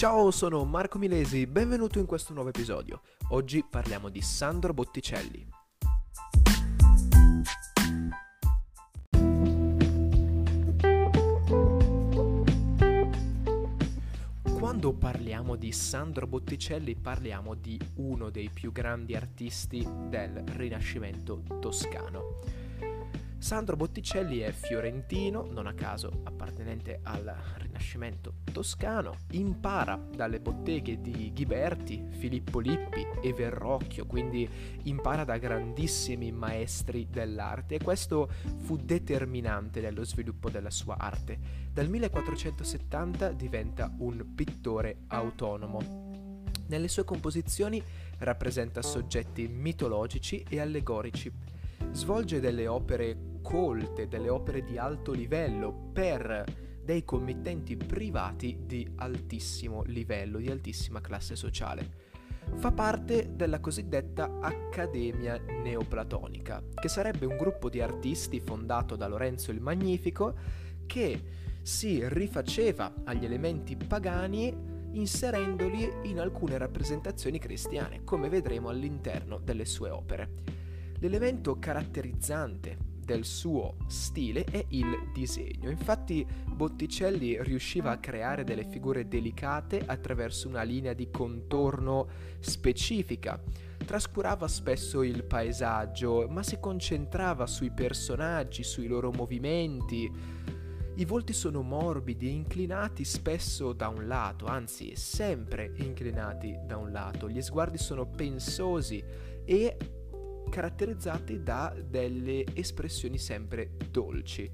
Ciao, sono Marco Milesi, benvenuto in questo nuovo episodio. Oggi parliamo di Sandro Botticelli. Quando parliamo di Sandro Botticelli parliamo di uno dei più grandi artisti del Rinascimento toscano. Sandro Botticelli è fiorentino, non a caso appartenente al Rinascimento toscano, impara dalle botteghe di Ghiberti, Filippo Lippi e Verrocchio, quindi impara da grandissimi maestri dell'arte e questo fu determinante nello sviluppo della sua arte. Dal 1470 diventa un pittore autonomo. Nelle sue composizioni rappresenta soggetti mitologici e allegorici. Svolge delle opere colte, delle opere di alto livello per dei committenti privati di altissimo livello, di altissima classe sociale. Fa parte della cosiddetta Accademia Neoplatonica, che sarebbe un gruppo di artisti fondato da Lorenzo il Magnifico che si rifaceva agli elementi pagani inserendoli in alcune rappresentazioni cristiane, come vedremo all'interno delle sue opere. L'elemento caratterizzante del suo stile è il disegno. Infatti Botticelli riusciva a creare delle figure delicate attraverso una linea di contorno specifica. Trascurava spesso il paesaggio, ma si concentrava sui personaggi, sui loro movimenti. I volti sono morbidi e inclinati spesso da un lato, anzi sempre inclinati da un lato. Gli sguardi sono pensosi e caratterizzati da delle espressioni sempre dolci.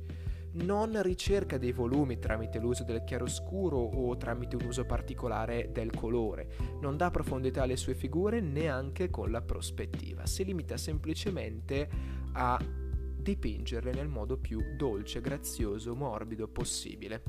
Non ricerca dei volumi tramite l'uso del chiaroscuro o tramite un uso particolare del colore. Non dà profondità alle sue figure neanche con la prospettiva. Si limita semplicemente a dipingerle nel modo più dolce, grazioso, morbido possibile.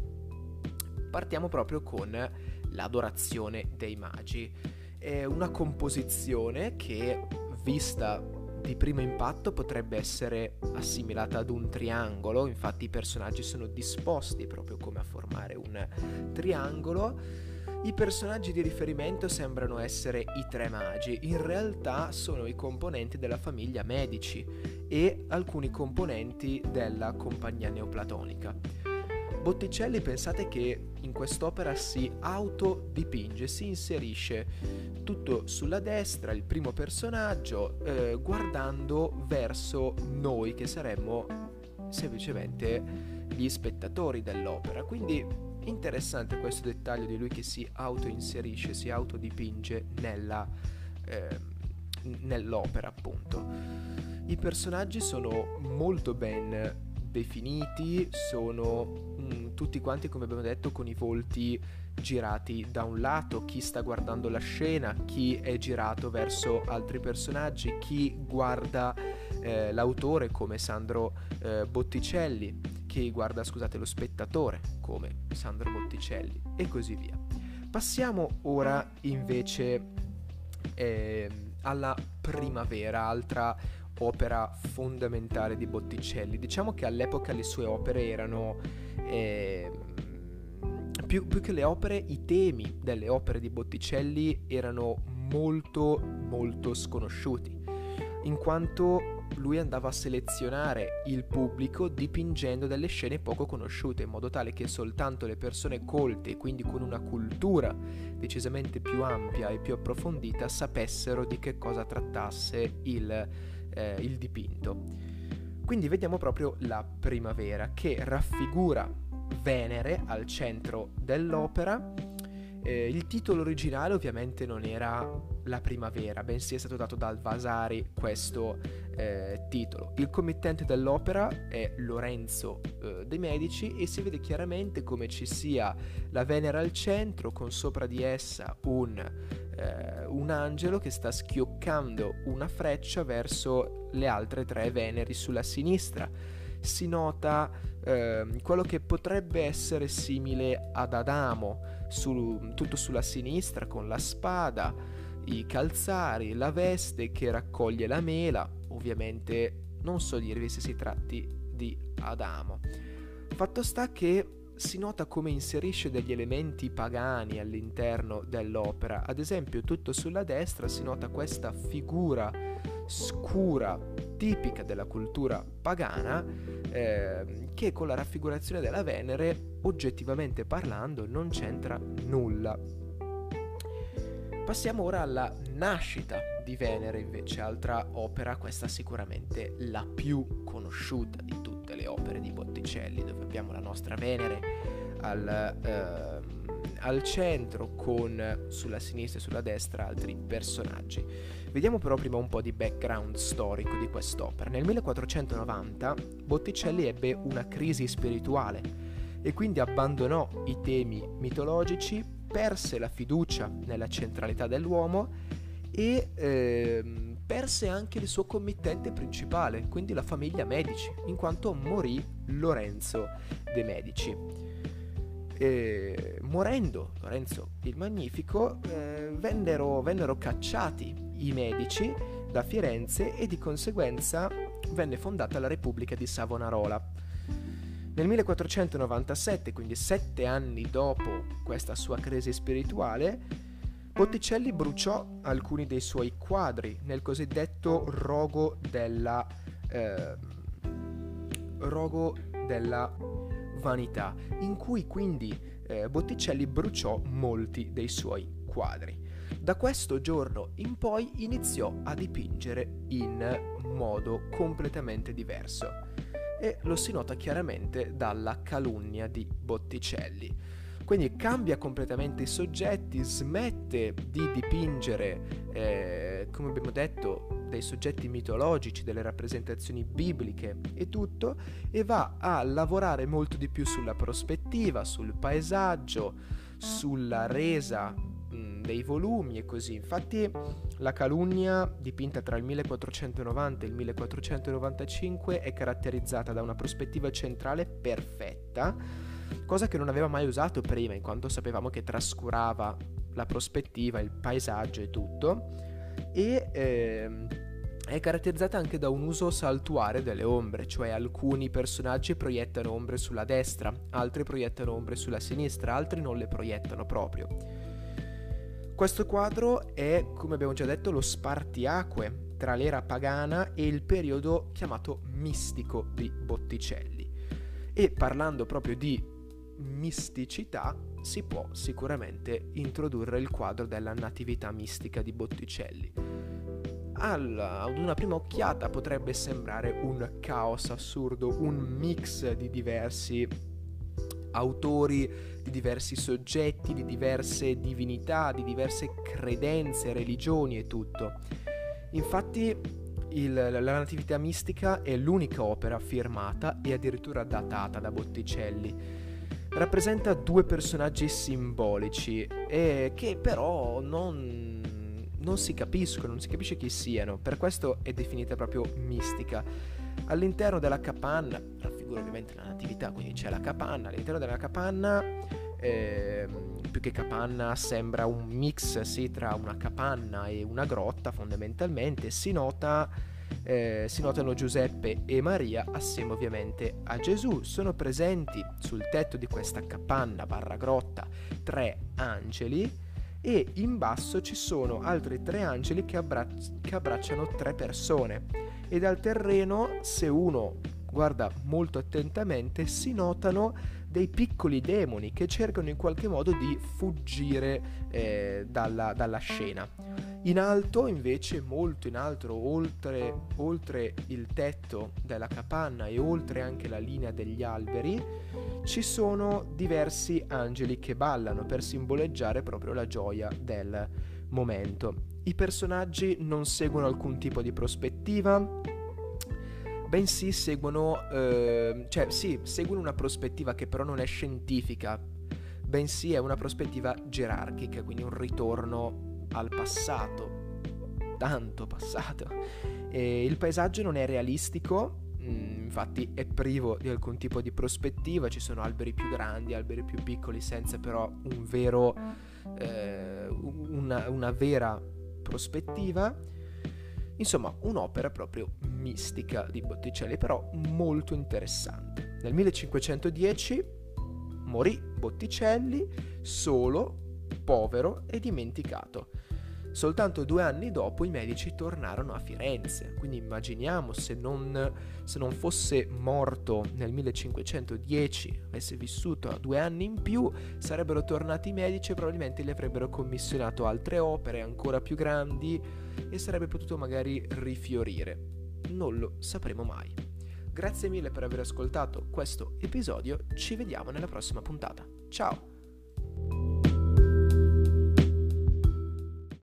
Partiamo proprio con l'Adorazione dei Magi. È una composizione che, vista di primo impatto, potrebbe essere assimilata ad un triangolo. Infatti i personaggi sono disposti proprio come a formare un triangolo. I personaggi di riferimento sembrano essere i tre magi, in realtà sono i componenti della famiglia Medici e alcuni componenti della compagnia neoplatonica. Botticelli, pensate che in quest'opera si autodipinge, si inserisce tutto sulla destra, il primo personaggio, guardando verso noi che saremmo semplicemente gli spettatori dell'opera. Quindi interessante questo dettaglio di lui che si autoinserisce, si autodipinge nell'opera, appunto. I personaggi sono molto ben definiti, sono tutti quanti, come abbiamo detto, con i volti girati da un lato, chi sta guardando la scena, chi è girato verso altri personaggi, chi guarda l'autore come Sandro Botticelli, chi guarda, lo spettatore come Sandro Botticelli e così via. Passiamo ora invece alla Primavera, altra opera fondamentale di Botticelli. Diciamo che all'epoca le sue opere erano più che le opere, i temi delle opere di Botticelli erano molto molto sconosciuti, in quanto lui andava a selezionare il pubblico dipingendo delle scene poco conosciute, in modo tale che soltanto le persone colte, quindi con una cultura decisamente più ampia e più approfondita, sapessero di che cosa trattasse il dipinto. Quindi vediamo proprio la Primavera, che raffigura Venere al centro dell'opera. Il titolo originale ovviamente non era La Primavera, bensì è stato dato dal Vasari questo titolo. Il committente dell'opera è Lorenzo de' Medici e si vede chiaramente come ci sia la Venere al centro, con sopra di essa un angelo che sta schioccando una freccia verso le altre tre Veneri sulla sinistra. Si nota quello che potrebbe essere simile ad Adamo, tutto sulla sinistra, con la spada, i calzari, la veste che raccoglie la mela. Ovviamente non so dirvi se si tratti di Adamo. Fatto sta che si nota come inserisce degli elementi pagani all'interno dell'opera. Ad esempio, tutto sulla destra si nota questa figura scura tipica della cultura pagana, che con la raffigurazione della Venere, oggettivamente parlando, non c'entra nulla. Passiamo ora alla nascita di Venere, invece, altra opera, questa sicuramente la più conosciuta di tutte le opere di Botticelli, dove abbiamo la nostra Venere al centro, con sulla sinistra e sulla destra altri personaggi. Vediamo però prima un po' di background storico di quest'opera. Nel 1490 Botticelli ebbe una crisi spirituale e quindi abbandonò i temi mitologici, perse la fiducia nella centralità dell'uomo e perse anche il suo committente principale, quindi la famiglia Medici, in quanto morì Lorenzo de' Medici. Morendo Lorenzo il Magnifico, vennero cacciati i Medici da Firenze e di conseguenza venne fondata la Repubblica di Savonarola. Nel 1497, quindi 7 anni dopo questa sua crisi spirituale, Botticelli bruciò alcuni dei suoi quadri nel cosiddetto rogo della vanità, in cui quindi Botticelli bruciò molti dei suoi quadri. Da questo giorno in poi iniziò a dipingere in modo completamente diverso e lo si nota chiaramente dalla calunnia di Botticelli. Quindi cambia completamente i soggetti, smette di dipingere, come abbiamo detto, dei soggetti mitologici, delle rappresentazioni bibliche e tutto, e va a lavorare molto di più sulla prospettiva, sul paesaggio, sulla resa dei volumi e così. Infatti la calunnia, dipinta tra il 1490 e il 1495, è caratterizzata da una prospettiva centrale perfetta, cosa che non aveva mai usato prima, in quanto sapevamo che trascurava la prospettiva, il paesaggio e tutto, e è caratterizzata anche da un uso saltuario delle ombre, cioè alcuni personaggi proiettano ombre sulla destra, altri proiettano ombre sulla sinistra, altri non le proiettano proprio. Questo quadro è, come abbiamo già detto, lo spartiacque tra l'era pagana e il periodo chiamato mistico di Botticelli. E parlando proprio di misticità, si può sicuramente introdurre il quadro della Natività mistica di Botticelli. Ad una prima occhiata potrebbe sembrare un caos assurdo, un mix di diversi autori, di diversi soggetti, di diverse divinità, di diverse credenze, religioni e tutto. Infatti la Natività mistica è l'unica opera firmata e addirittura datata da Botticelli. Rappresenta 2 personaggi simbolici che però non si capiscono, non si capisce chi siano, per questo è definita proprio mistica. All'interno della capanna, raffigura ovviamente la Natività, quindi c'è la capanna, all'interno della capanna, più che capanna sembra un mix tra una capanna e una grotta fondamentalmente, si notano Giuseppe e Maria assieme ovviamente a Gesù. Sono presenti sul tetto di questa capanna / grotta 3 angeli e in basso ci sono altri 3 angeli che abbracciano 3 persone, e dal terreno, se uno guarda molto attentamente, si notano dei piccoli demoni che cercano in qualche modo di fuggire dalla scena. In alto invece, molto in alto, oltre il tetto della capanna e oltre anche la linea degli alberi, ci sono diversi angeli che ballano per simboleggiare proprio la gioia del momento. I personaggi non seguono alcun tipo di prospettiva, bensì seguono una prospettiva che però non è scientifica, bensì è una prospettiva gerarchica, quindi un ritorno al passato, tanto passato. Il paesaggio non è realistico, infatti è privo di alcun tipo di prospettiva, ci sono alberi più grandi, alberi più piccoli, senza però una vera prospettiva. Insomma, un'opera proprio mistica di Botticelli, però molto interessante. Nel 1510 morì Botticelli solo, povero e dimenticato. Soltanto 2 anni dopo i Medici tornarono a Firenze, quindi immaginiamo se non fosse morto nel 1510, avesse vissuto 2 anni in più, sarebbero tornati i Medici e probabilmente gli avrebbero commissionato altre opere ancora più grandi e sarebbe potuto magari rifiorire. Non lo sapremo mai. Grazie mille per aver ascoltato questo episodio, ci vediamo nella prossima puntata. Ciao!